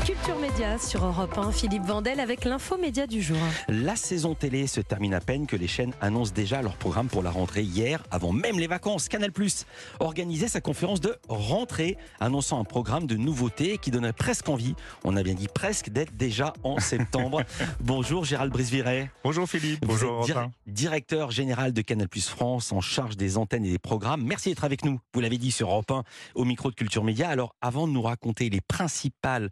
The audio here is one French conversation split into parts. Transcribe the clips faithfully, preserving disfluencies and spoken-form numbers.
Culture Média sur Europe un, Philippe Vandel avec l'info média du jour. La saison télé se termine à peine que les chaînes annoncent déjà leur programme pour la rentrée. Hier, avant même les vacances, Canal+ organisait sa conférence de rentrée, annonçant un programme de nouveautés qui donnerait presque envie, on a bien dit presque, d'être déjà en septembre. Bonjour Gérald Brisviret. Bonjour Philippe. Vous Bonjour êtes dir- Romain. directeur général de Canal+ France, en charge des antennes et des programmes. Merci d'être avec nous, vous l'avez dit sur Europe un, au micro de Culture Média. Alors avant de nous raconter les principales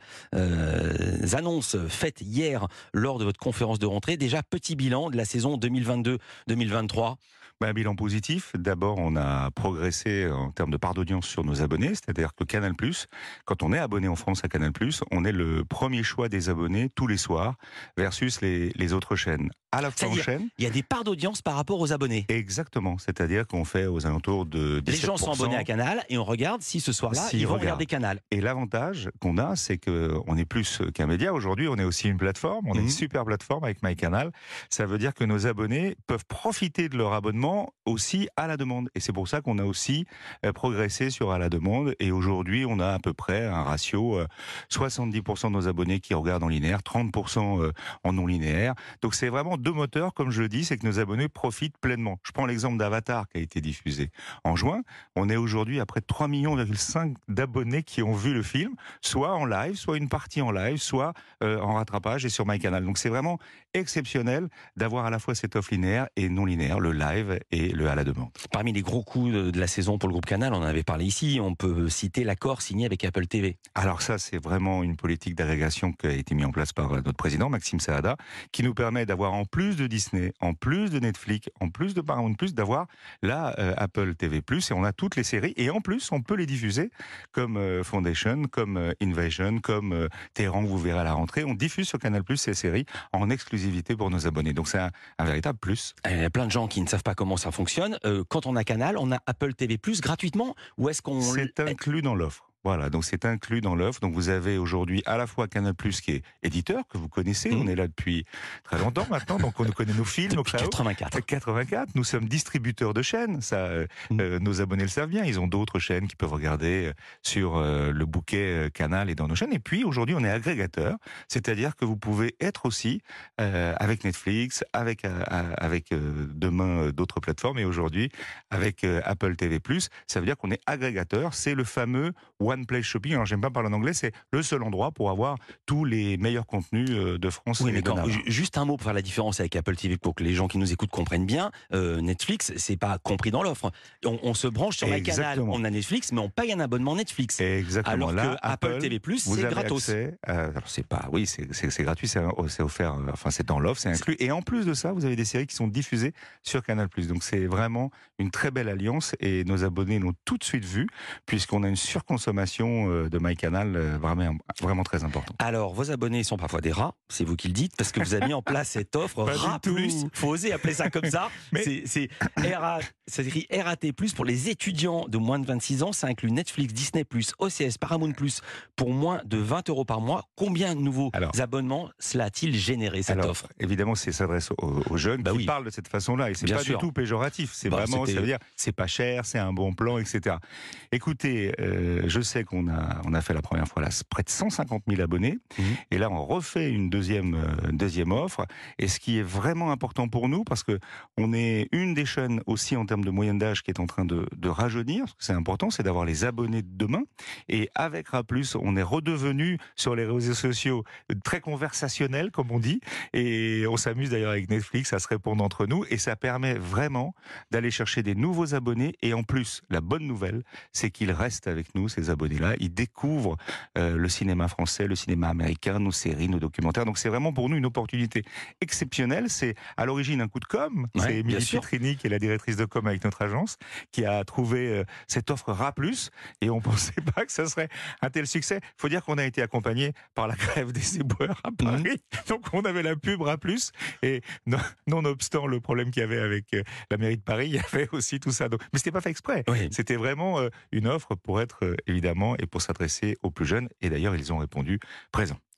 euh, annonces faites hier lors de votre conférence de rentrée, déjà petit bilan de la saison deux mille vingt-deux deux mille vingt-trois. Ben, un bilan positif. D'abord, on a progressé en termes de part d'audience sur nos abonnés, c'est-à-dire que Canal+, quand on est abonné en France à Canal+, on est le premier choix des abonnés tous les soirs versus les, les autres chaînes. À la fois en chaîne. Il y a des parts d'audience par rapport aux abonnés. Exactement, c'est-à-dire qu'on fait aux alentours de dix-sept pour cent. Les gens sont abonnés à Canal et on regarde si ce soir-là, S'ils ils vont regardent. regarder Canal. Et l'avantage qu'on a, c'est qu'on est plus qu'un média. Aujourd'hui, on est aussi une plateforme. On Mmh. est une super plateforme avec MyCanal. Ça veut dire que nos abonnés peuvent profiter de leur abonnement aussi à la demande. Et c'est pour ça qu'on a aussi euh, progressé sur à la demande. Et aujourd'hui, on a à peu près un ratio euh, soixante-dix pour cent de nos abonnés qui regardent en linéaire, trente pour cent euh, en non linéaire. Donc c'est vraiment deux moteurs, comme je le dis, c'est que nos abonnés profitent pleinement. Je prends l'exemple d'Avatar qui a été diffusé en juin. On est aujourd'hui à près de trois virgule cinq millions d'abonnés qui ont vu le film, soit en live, soit une partie en live, soit euh, en rattrapage et sur MyCanal. Donc c'est vraiment exceptionnel d'avoir à la fois cette offre linéaire et non linéaire, le live et le à la demande. Parmi les gros coups de de la saison pour le groupe Canal, on en avait parlé ici, on peut citer l'accord signé avec Apple T V. Alors ça, c'est vraiment une politique d'agrégation qui a été mise en place par notre président, Maxime Saada, qui nous permet d'avoir en plus de Disney, en plus de Netflix, en plus de Paramount+, d'avoir la euh, Apple T V plus, et on a toutes les séries, et en plus, on peut les diffuser comme euh, Foundation, comme euh, Invasion, comme euh, Téhéran, que vous verrez à la rentrée. On diffuse sur Canal+ ces séries en exclusivité pour nos abonnés. Donc c'est un, un véritable plus. Il y a plein de gens qui ne savent pas comment ça fonctionne. Euh, quand on a Canal, on a Apple T V plus gratuitement, ou est-ce qu'on... C'est inclus dans l'offre. Voilà, donc c'est inclus dans l'offre. Donc vous avez aujourd'hui à la fois Canal+, qui est éditeur, que vous connaissez, Mmh. on est là depuis très longtemps maintenant, donc on connaît nos films, nos Depuis créaos. quatre-vingt-quatre. quatre-vingt-quatre, nous sommes distributeurs de chaînes, ça, euh, Mmh. euh, nos abonnés le savent bien, ils ont d'autres chaînes qu'ils peuvent regarder euh, sur euh, le bouquet euh, Canal et dans nos chaînes. Et puis aujourd'hui, on est agrégateur, c'est-à-dire que vous pouvez être aussi euh, avec Netflix, avec euh, avec euh, demain euh, d'autres plateformes, et aujourd'hui avec euh, Apple T V plus. Ça veut dire qu'on est agrégateur, c'est le fameux One Place Shopping. Alors j'aime pas parler en anglais, c'est le seul endroit pour avoir tous les meilleurs contenus euh, de France. Oui, et mais de quand- Navarre. ju- juste un mot pour faire la différence avec Apple T V pour que les gens qui nous écoutent comprennent bien. Euh, Netflix, c'est pas compris dans l'offre. On, on se branche sur MyCanal, Exactement. on a Netflix, mais on paye un abonnement Netflix. Exactement. Alors Là, que Apple T V plus, vous c'est avez gratos. accès, euh, alors c'est pas, oui, c'est, c'est, c'est gratuit, c'est, c'est offert, euh, enfin c'est dans l'offre, c'est inclus. Et en plus de ça, vous avez des séries qui sont diffusées sur Canal+. Donc c'est vraiment une très belle alliance, et nos abonnés l'ont tout de suite vu, puisqu'on a une surconsommation euh, de MyCanal euh, vraiment, vraiment très importante. Alors, vos abonnés sont parfois des rats, c'est vous qui le dites, parce que vous avez mis en place cette offre Pas du RAT+. tout. Faut oser appeler ça comme ça. Mais- C'est, c'est R A, ça s'écrit R A T plus, pour les étudiants de moins de vingt-six ans. Ça inclut Netflix, Disney plus, O C S, Paramount plus, pour moins de vingt euros par mois. Combien de nouveaux Alors- abonnements cela a-t-il généré, cette Alors, offre? évidemment, c'est s'adresse aux, aux jeunes Bah qui oui. parlent de cette façon-là, et c'est Bien pas sûr. du tout péjoratif. C'est Bah, vraiment, c'était- ça veut dire, c'est pas cher, c'est un bon plan, et cetera. Écoutez, euh, je sais qu'on a, on a fait la première fois là près de cent cinquante mille abonnés, Mhm. et là on refait une deuxième, euh, deuxième offre. Et ce qui est vraiment important pour nous, parce que on est une des chaînes aussi en termes de moyenne d'âge qui est en train de, de rajeunir. Ce que c'est important, c'est d'avoir les abonnés de demain. Et avec RAT+, on est redevenu sur les réseaux sociaux très conversationnel, comme on dit, et on s'amuse d'ailleurs avec Netflix à se répondre entre nous, et ça permet vraiment d'aller chercher des nouveaux abonnés. Et en plus, la bonne nouvelle, c'est qu'ils restent avec nous, ces abonnés-là. Ils découvrent euh, le cinéma français, le cinéma américain, nos séries, nos documentaires. Donc c'est vraiment pour nous une opportunité exceptionnelle. C'est à l'origine un coup de com'. Ouais, c'est bien Émilie sûr. Petrini, qui est la directrice de com avec notre agence, qui a trouvé euh, cette offre RAT+, et on pensait pas que ça serait un tel succès. Faut dire qu'on a été accompagné par la grève des éboueurs à Paris. Donc on avait la pub RAT+, et non- nonobstant le problème qu'il y avait avec euh, la mairie de Paris, il y avait aussi tout ça. Donc, mais c'était pas fait exprès. Oui. C'était vraiment euh, une offre pour être euh, évidemment, et pour s'adresser aux plus jeunes. Et d'ailleurs, ils ont répondu présent.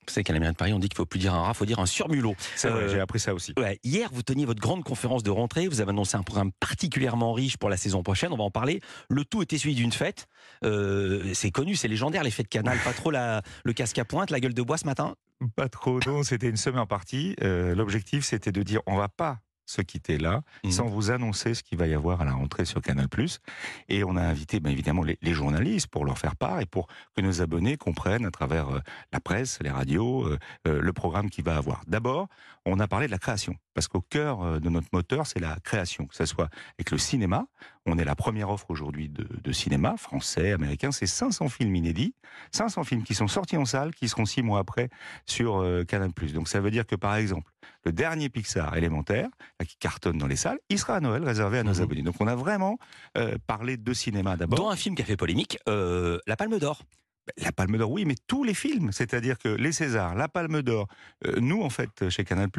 Vous savez qu'à la mairie de Paris, on dit qu'il ne faut plus dire un rat, il faut dire un surmulot. C'est vrai, Euh, j'ai appris ça aussi. Ouais, hier, vous teniez votre grande conférence de rentrée. Vous avez annoncé un programme particulièrement riche pour la saison prochaine. On va en parler. Le tout était suivi d'une fête. Euh, c'est connu, c'est légendaire, les fêtes Canal. Pas trop la, le casque à pointe, la gueule de bois ce matin. Pas trop, non, c'était une semaine en partie. Euh, L'objectif, c'était de dire, on va pas se quitter là, Mmh. sans vous annoncer ce qu'il va y avoir à la rentrée sur Canal+. Et on a invité, bien évidemment, les, les journalistes pour leur faire part et pour que nos abonnés comprennent à travers euh, la presse, les radios, euh, euh, le programme qu'il va avoir. D'abord, on a parlé de la création, parce qu'au cœur euh, de notre moteur, c'est la création, que ce soit avec le cinéma. On est la première offre aujourd'hui de, de cinéma, français, américain. C'est cinq cents films inédits, cinq cents films qui sont sortis en salle, qui seront six mois après sur euh, Canal+. Donc ça veut dire que, par exemple, le dernier Pixar, Élémentaire, qui cartonne dans les salles, il sera à Noël réservé à nos Mmh. abonnés. Donc on a vraiment euh, parlé de cinéma d'abord. Dont un film qui a fait polémique, euh, La Palme d'Or. La Palme d'Or, oui, mais tous les films, c'est-à-dire que les Césars, la Palme d'Or, euh, nous en fait chez Canal+,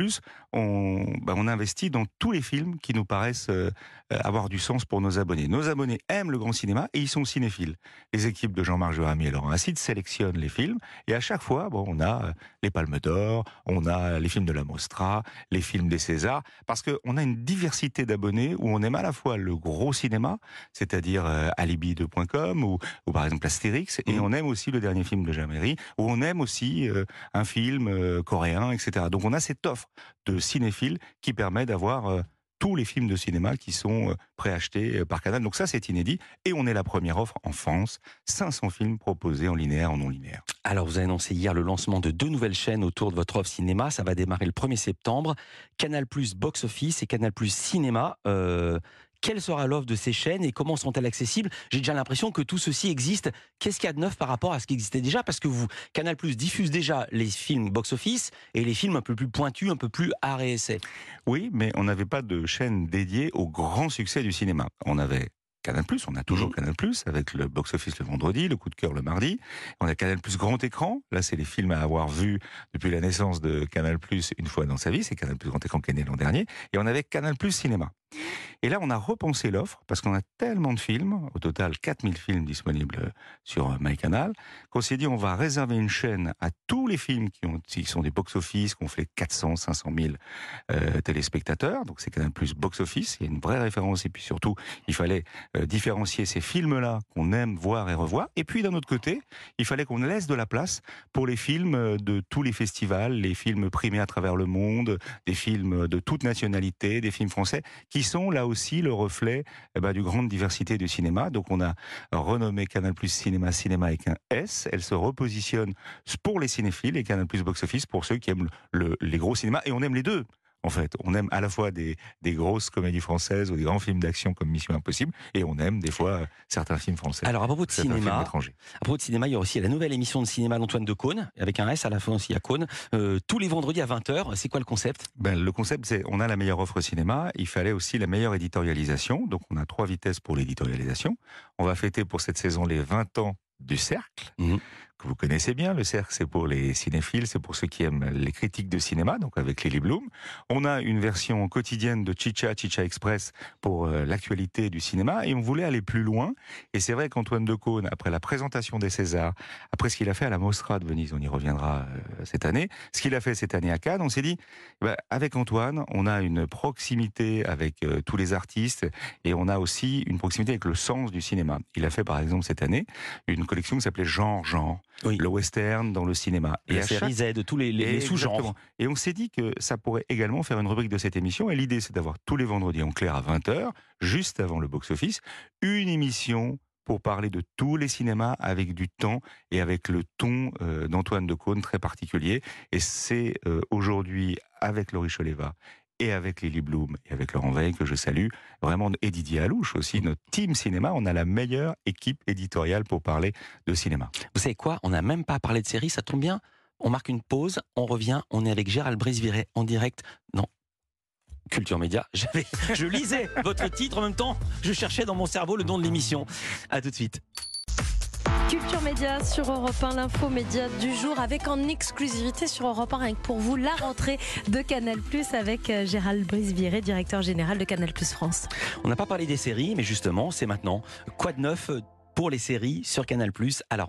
on, bah, on investit dans tous les films qui nous paraissent euh, avoir du sens pour nos abonnés. Nos abonnés aiment le grand cinéma et ils sont cinéphiles. Les équipes de Jean-Marc Jeramy et Laurent Acide sélectionnent les films et à chaque fois, bon, on a les Palmes d'Or, on a les films de la Mostra, les films des Césars, parce qu'on a une diversité d'abonnés où on aime à la fois le gros cinéma, c'est-à-dire euh, alibi deux point com ou, ou par exemple Astérix, et Mmh. on aime aussi le dernier film de Jean-Marie, où on aime aussi euh, un film euh, coréen, et cetera. Donc on a cette offre de cinéphiles qui permet d'avoir euh, tous les films de cinéma qui sont euh, préachetés euh, par Canal. Donc ça, c'est inédit. Et on est la première offre en France. cinq cents films proposés en linéaire, en non linéaire. Alors, vous avez annoncé hier le lancement de deux nouvelles chaînes autour de votre offre cinéma. Ça va démarrer le premier septembre. Canal+, Box Office et Canal+, Cinéma. Euh, quelle sera l'offre de ces chaînes et comment sont-elles accessibles? J'ai déjà l'impression que tout ceci existe. Qu'est-ce qu'il y a de neuf par rapport à ce qui existait déjà? Parce que vous, Canal+ diffuse déjà les films Box Office et les films un peu plus pointus, un peu plus art et essai. Oui, mais on n'avait pas de chaîne dédiée au grand succès du cinéma. On avait Canal+, on a toujours Mmh. Canal+, avec le box-office le vendredi, le coup de cœur le mardi. On a Canal+, grand écran. Là, c'est les films à avoir vus depuis la naissance de Canal+, une fois dans sa vie. C'est Canal+, grand écran qui est né l'an dernier. Et on avait Canal+, cinéma. Et là, on a repensé l'offre, parce qu'on a tellement de films, au total quatre mille films disponibles sur MyCanal, qu'on s'est dit on va réserver une chaîne à tous les films qui, ont, qui sont des box-office, qui ont fait quatre cents, cinq cent mille euh, téléspectateurs. Donc c'est Canal+ box-office, il y a une vraie référence. Et puis surtout, il fallait euh, différencier ces films-là qu'on aime voir et revoir. Et puis d'un autre côté, il fallait qu'on laisse de la place pour les films de tous les festivals, les films primés à travers le monde, des films de toute nationalité, des films français, qui sont là aussi le reflet eh ben, du grande diversité du cinéma. Donc on a renommé Canal+ Cinéma, Cinéma avec un S. Elle se repositionne pour les cinéphiles et Canal+ Box Office pour ceux qui aiment le, les gros cinémas. Et on aime les deux. En fait, on aime à la fois des, des grosses comédies françaises ou des grands films d'action comme Mission Impossible, et on aime des fois certains films français. Alors à propos de certains films cinéma, étrangers. à propos de cinéma, il y a aussi la nouvelle émission de cinéma d'Antoine Decaune, avec un S à la fin aussi à Cône, euh, tous les vendredis à vingt heures. C'est quoi le concept? Ben, le concept, c'est on a la meilleure offre cinéma, il fallait aussi la meilleure éditorialisation. Donc on a trois vitesses pour l'éditorialisation. On va fêter pour cette saison les vingt ans du Cercle, Mmh. que vous connaissez bien. Le Cercle, c'est pour les cinéphiles, c'est pour ceux qui aiment les critiques de cinéma, donc avec Lily Bloom. On a une version quotidienne de Chicha, Chicha Express, pour euh, l'actualité du cinéma, et on voulait aller plus loin. Et c'est vrai qu'Antoine Decaune, après la présentation des Césars, après ce qu'il a fait à la Mostra de Venise, on y reviendra euh, cette année, ce qu'il a fait cette année à Cannes, on s'est dit, bah, avec Antoine, on a une proximité avec euh, tous les artistes, et on a aussi une proximité avec le sens du cinéma. Il a fait par exemple cette année une collection qui s'appelait Genre, Genre, Oui. le western dans le cinéma. Et la à série chaque- Z, de tous les, les- les sous-genres. Exactement. Et on s'est dit que ça pourrait également faire une rubrique de cette émission. Et l'idée, c'est d'avoir tous les vendredis en clair à vingt heures, juste avant le box-office, une émission pour parler de tous les cinémas avec du temps et avec le ton euh, d'Antoine Decaune très particulier. Et c'est euh, aujourd'hui, avec Laurie Choleva et avec Lily Bloom et avec Laurent Veil, que je salue, vraiment, et Didier Alouche aussi, notre team cinéma, on a la meilleure équipe éditoriale pour parler de cinéma. Vous savez quoi? On n'a même pas parlé de série, ça tombe bien. On marque une pause, on revient, on est avec Gérald Brisviret en direct. Non. Culture Média. J'avais, je lisais votre titre en même temps, je cherchais dans mon cerveau le nom de l'émission. À tout de suite. Culture Média sur Europe un, l'info média du jour avec en exclusivité sur Europe un, rien que pour vous, la rentrée de Canal+, avec Gérald Brisviret, directeur général de Canal+ France. On n'a pas parlé des séries, mais justement, c'est maintenant. Quoi de neuf pour les séries sur Canal+ à la rentrée?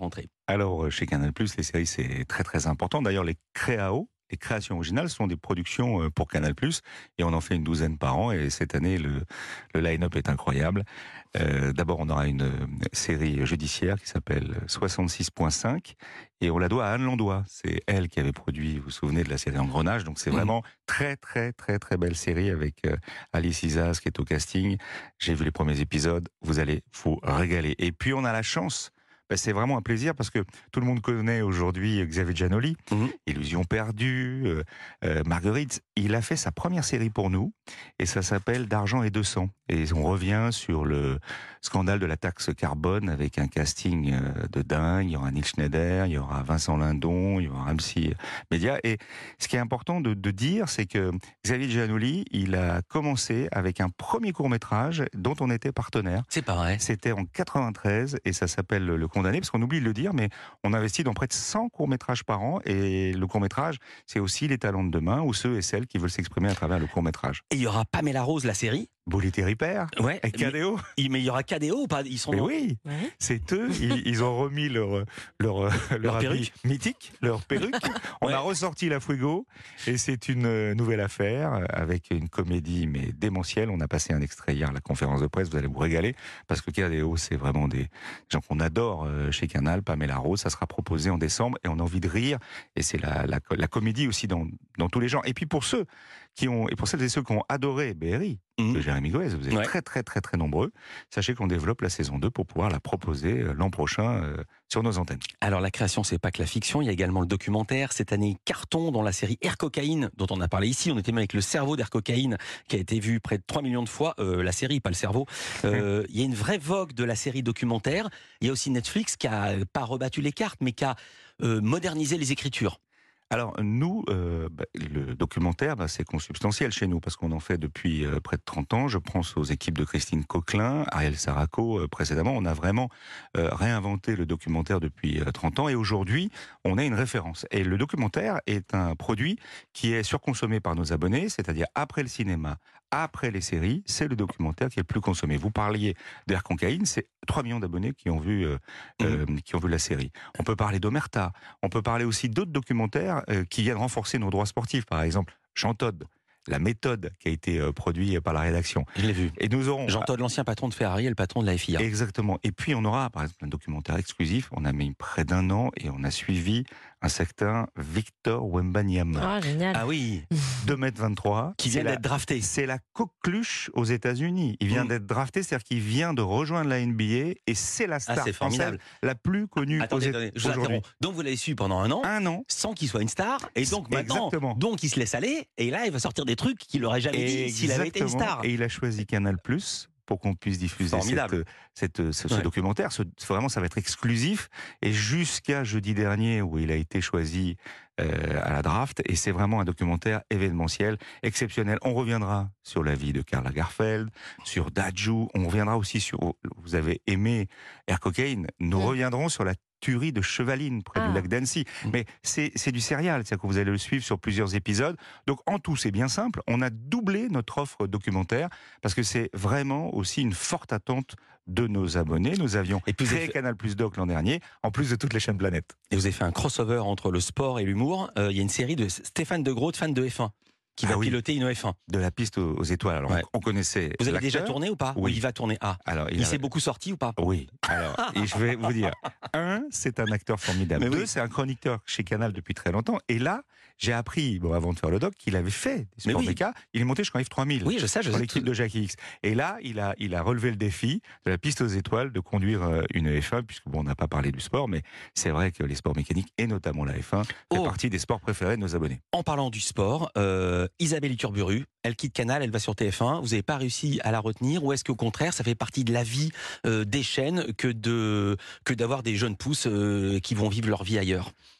Alors, chez Canal+, les séries, c'est très très important. D'ailleurs, les créaos, les créations originales sont des productions pour Canal+, et on en fait une douzaine par an, et cette année, le, le line-up est incroyable. Euh, D'abord, on aura une, une série judiciaire qui s'appelle soixante-six point cinq, et on la doit à Anne Landois. C'est elle qui avait produit, vous vous souvenez, de la série Engrenage, donc c'est vraiment très très très très belle série avec euh, Alice Isaz qui est au casting. J'ai vu les premiers épisodes, vous allez vous régaler. Et puis, on a la chance... Ben, c'est vraiment un plaisir parce que tout le monde connaît aujourd'hui Xavier Giannoli, mmh. Illusion perdue, euh, euh, Marguerite. Il a fait sa première série pour nous et ça s'appelle D'argent et de sang. Et on revient sur le scandale de la taxe carbone avec un casting de dingue. Il y aura Neil Schneider, il y aura Vincent Lindon, il y aura Ramsey Média. Et ce qui est important de, de dire, c'est que Xavier Giannoli, il a commencé avec un premier court-métrage dont on était partenaire. C'est pas vrai. C'était en quatre-vingt-treize et ça s'appelle Le Condamné, parce qu'on oublie de le dire, mais on investit dans près de cent courts-métrages par an et le court-métrage, c'est aussi les talents de demain ou ceux et celles qui veulent s'exprimer à travers le court-métrage. Et il y aura Pamela Rose, la série Bolly et Ripper, ouais, et K D O. Mais, mais il y aura K D O ou pas? Ils sont mais dans... oui, ouais. C'est eux, ils, ils ont remis leur, leur, leur, leur perruque mythique, leur perruque. On ouais. a ressorti la Fuego et c'est une nouvelle affaire avec une comédie mais démentielle. On a passé un extrait hier à la conférence de presse, vous allez vous régaler parce que K D O, c'est vraiment des gens qu'on adore chez Canal. Pamela Rose, ça sera proposé en décembre et on a envie de rire et c'est la, la, la comédie aussi dans, dans tous les genres. Et puis pour ceux qui ont, et pour celles et ceux qui ont adoré B R I, mmh. de Jérémy Goez, vous êtes ouais. très très très très nombreux, sachez qu'on développe la saison deux pour pouvoir la proposer l'an prochain euh, sur nos antennes. Alors la création, c'est pas que la fiction, il y a également le documentaire. Cette année, carton dans la série Air Cocaïne, dont on a parlé ici. On était même avec le cerveau d'Air Cocaïne, qui a été vu près de trois millions de fois. Euh, la série, pas le cerveau. Euh, mmh. Il y a une vraie vogue de la série documentaire. Il y a aussi Netflix qui a pas rebattu les cartes, mais qui a euh, modernisé les écritures. Alors nous, euh, bah, le documentaire, bah, c'est consubstantiel chez nous parce qu'on en fait depuis euh, près de trente ans. Je pense aux équipes de Christine Coquelin, Ariel Saraco euh, précédemment. On a vraiment euh, réinventé le documentaire depuis euh, trente ans et aujourd'hui, on a une référence. Et le documentaire est un produit qui est surconsommé par nos abonnés, c'est-à-dire après le cinéma, après les séries, c'est le documentaire qui est le plus consommé. Vous parliez d'Air Cocaïne, c'est trois millions d'abonnés qui ont vu euh, mmh. euh, qui ont vu la série. On peut parler d'Omerta, on peut parler aussi d'autres documentaires euh, qui viennent renforcer nos droits sportifs. Par exemple, Jean Todt, La méthode qui a été euh, produite par la rédaction. Je l'ai vu. Et nous aurons Jean Todt, l'ancien patron de Ferrari et le patron de la F I A. Exactement. Et puis on aura, par exemple, un documentaire exclusif. On a mis près d'un an et on a suivi un certain Victor Wembanyama. Ah, génial. Ah oui. deux mètres vingt-trois. Qui vient d'être drafté. C'est la coqueluche aux États-Unis. Il vient mmh. d'être drafté, c'est-à-dire qu'il vient de rejoindre la N B A et c'est la star ah, française la plus connue attendez, aux attendez, aujourd'hui. Donc vous l'avez su pendant un an. Un an. Sans qu'il soit une star. Et donc maintenant, Exactement. donc il se laisse aller. Et là, il va sortir des trucs qu'il n'aurait jamais dit s'il avait été une star. Et il a choisi Canal Plus pour qu'on puisse diffuser cette, cette, ce, ce ouais. documentaire. Ce, vraiment, ça va être exclusif. Et jusqu'à jeudi dernier, où il a été choisi euh, à la draft, et c'est vraiment un documentaire événementiel, exceptionnel. On reviendra sur la vie de Karl Lagerfeld, sur Dadju, on reviendra aussi sur... Vous avez aimé Air Cocaïne, nous mmh. reviendrons sur la tuerie de Chevaline, près ah. du lac d'Annecy. Mais c'est, c'est du serial, c'est-à-dire que vous allez le suivre sur plusieurs épisodes. Donc en tout, c'est bien simple. On a doublé notre offre documentaire parce que c'est vraiment aussi une forte attente de nos abonnés. Nous avions et puis créé fait... Canal Plus Doc l'an dernier, en plus de toutes les chaînes Planète. Et vous avez fait un crossover entre le sport et l'humour. Il euh, y a une série de Stéphane De Groot, fan de F un. Qui va ah oui. piloter une F un. De la piste aux, aux étoiles. Alors, ouais. on connaissait. Vous avez l'acteur. déjà tourné ou pas? Oui. Ou il va tourner. Ah. Alors, il, il a... s'est beaucoup sorti ou pas? Oui. Alors, et je vais vous dire. Un, c'est un acteur formidable. Mais Deux, oui. c'est un chroniqueur chez Canal depuis très longtemps. Et là, j'ai appris, bon, avant de faire le doc, qu'il avait fait des sports méca. Oui. Il est monté jusqu'en F trois mille. Oui, je sais, je sais. Dans l'équipe tout... de Jackie X. Et là, il a, il a relevé le défi de la piste aux étoiles de conduire une F un, puisque bon, on n'a pas parlé du sport, mais c'est vrai que les sports mécaniques, et notamment la F un, oh. fait partie des sports préférés de nos abonnés. En parlant du sport, euh, Isabelle Iturburu, elle quitte Canal, elle va sur T F un. Vous n'avez pas réussi à la retenir, ou est-ce qu'au contraire, ça fait partie de la vie euh, des chaînes que de que d'avoir des jeunes pousses euh, qui vont vivre leur vie ailleurs?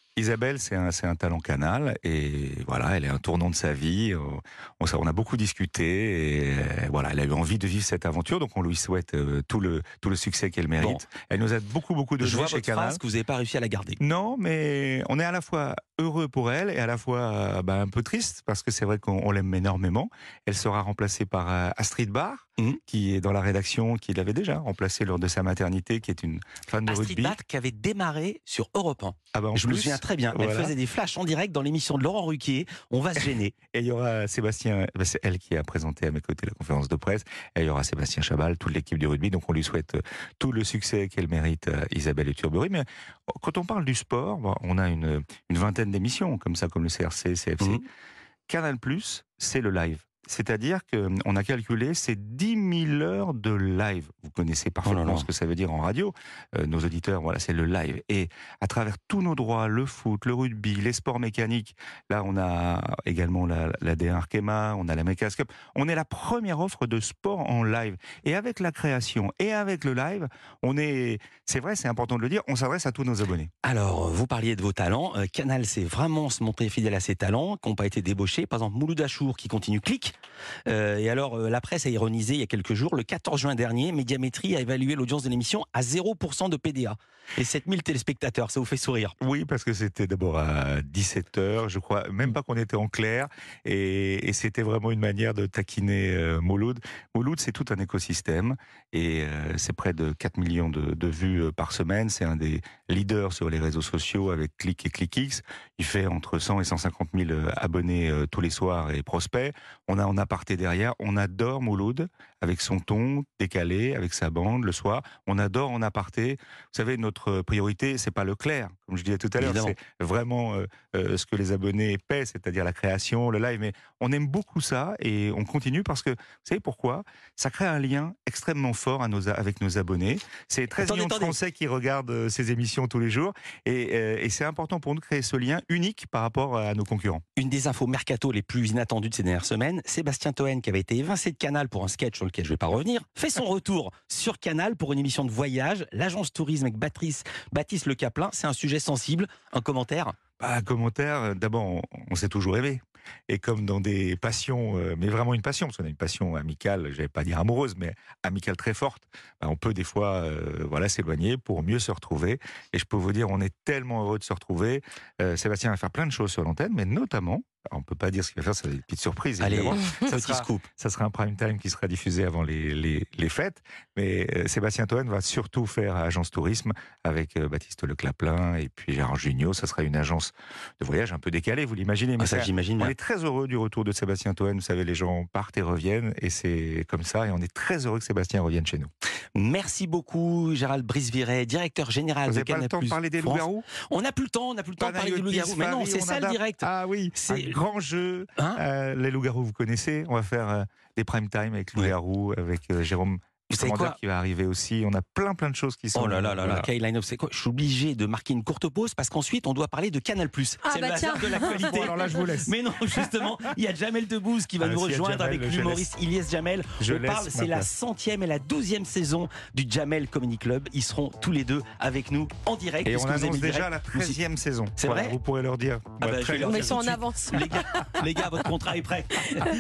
Isabelle, c'est un, c'est un talent Canal et voilà, elle est un tournant de sa vie. On, on a beaucoup discuté et euh, voilà, elle a eu envie de vivre cette aventure, donc on lui souhaite euh, tout le tout le succès qu'elle mérite. Bon. Elle nous aide beaucoup beaucoup de Je vois chez votre Canal. phrase que vous n'avez pas réussi à la garder. Non, mais on est à la fois heureux pour elle et à la fois bah, un peu triste parce que c'est vrai qu'on on l'aime énormément. Elle sera remplacée par euh, Astrid Barr, mmh. qui est dans la rédaction, qui l'avait déjà remplacée lors de sa maternité, qui est une fan de Astrid rugby. Barr qui avait démarré sur Europe un. Ah bah Je plus, me souviens très bien. Voilà. Elle faisait des flashs en direct dans l'émission de Laurent Ruquier. On va se gêner. Et il y aura Sébastien, bah c'est elle qui a présenté à mes côtés la conférence de presse. Et il y aura Sébastien Chabal, toute l'équipe du rugby. Donc on lui souhaite tout le succès qu'elle mérite, Isabelle Eturbury. Mais quand on parle du sport, bon, on a une, une vingtaine d'émissions comme ça, comme le C R C, C F C. Mmh. Canal+, c'est le live. C'est-à-dire qu'on a calculé, c'est dix mille heures de live. Vous connaissez parfaitement oh là là. ce que ça veut dire en radio. Euh, nos auditeurs, voilà, c'est le live. Et à travers tous nos droits, le foot, le rugby, les sports mécaniques, là, on a également la, la D un Arkema, on a la Mecas Cup. On est la première offre de sport en live. Et avec la création et avec le live, on est, c'est vrai, c'est important de le dire, on s'adresse à tous nos abonnés. Alors, vous parliez de vos talents. Euh, Canal, c'est vraiment se montrer fidèle à ses talents, qui n'ont pas été débauchés. Par exemple, Mouloud Achour, qui continue clic. Euh, et alors, euh, la presse a ironisé il y a quelques jours, le quatorze juin dernier, Médiamétrie a évalué l'audience de l'émission à zéro pour cent de P D A et sept mille téléspectateurs. Ça vous fait sourire? Oui, parce que c'était d'abord à dix-sept heures, je crois, même pas qu'on était en clair, et, et c'était vraiment une manière de taquiner euh, Mouloud. Mouloud, c'est tout un écosystème, et euh, c'est près de quatre millions de, de vues euh, par semaine. C'est un des leaders sur les réseaux sociaux avec Click et ClickX. Il fait entre cent et cent cinquante mille abonnés euh, tous les soirs et prospects. On a en aparté derrière, on adore Mouloud, avec son ton décalé, avec sa bande le soir. On adore en aparté. Vous savez, notre priorité, c'est pas le clair, comme je disais tout à l'heure, c'est vraiment euh, euh, ce que les abonnés paient, c'est-à-dire la création, le live. Mais on aime beaucoup ça et on continue parce que, vous savez pourquoi? Ça crée un lien extrêmement fort à nos, avec nos abonnés. C'est treize attendez, millions de attendez. Français qui regardent euh, ces émissions tous les jours et, euh, et c'est important pour nous de créer ce lien unique par rapport à nos concurrents. Une des infos mercato les plus inattendues de ces dernières semaines, Sébastien Toen, qui avait été évincé de Canal pour un sketch sur lequel je ne vais pas revenir, fait son retour sur Canal pour une émission de voyage, l'agence tourisme avec Baptiste, Baptiste Le Caplin. C'est un sujet sensible. Un commentaire? Bah, un commentaire, d'abord, on, on s'est toujours aimé. Et comme dans des passions, euh, mais vraiment une passion, parce qu'on a une passion amicale, je vais pas dire amoureuse, mais amicale très forte, bah, on peut des fois euh, voilà, s'éloigner pour mieux se retrouver. Et je peux vous dire, on est tellement heureux de se retrouver. Euh, Sébastien va faire plein de choses sur l'antenne, mais notamment, on ne peut pas dire ce qu'il va faire, c'est des petites surprises. Allez, ça petit sera, scoop. Ça sera un prime time qui sera diffusé avant les, les, les fêtes. Mais euh, Sébastien Toen va surtout faire agence tourisme avec euh, Baptiste Le Caplin et puis Gérard Jugnot. Ça sera une agence de voyage un peu décalée, vous l'imaginez. Mais ah, ça, ça j'imagine. On est très heureux du retour de Sébastien Toen. Vous savez, les gens partent et reviennent et c'est comme ça. Et on est très heureux que Sébastien revienne chez nous. Merci beaucoup, Gérald Brice-Viret, directeur général vous de Canal+. Vous n'avez pas le temps de parler des loups-garous? On n'a plus le temps, on n'a plus le temps de parler des loups-garous. Mais non, c'est ça le direct. Ah oui, c'est un grand jeu. Hein euh, les loups-garous, vous connaissez. On va faire euh, des prime time avec loups-garous, avec euh, Jérôme. Vous savez quoi qui va arriver aussi. On a plein plein de choses qui sont. Oh là là là là, Kyle Line-Up, c'est quoi? Je suis obligé de marquer une courte pause parce qu'ensuite on doit parler de Canal+. Ah c'est bah le hasard de l'actualité. Bon, alors là je vous laisse. Mais non, justement, il y a Jamel Debbouze qui va ah, nous si rejoindre Jamel, avec l'humoriste Ilyes Jamel. Je on parle, c'est la centième et la douzième saison du Jamel Comedy Club. Ils seront tous les deux avec nous en direct. Et on annonce déjà la treizième saison. C'est voilà, vrai. Vous pourrez leur dire. Ah bah, je vais leur dire. On met ça en avance. Les gars, les gars, votre contrat est prêt.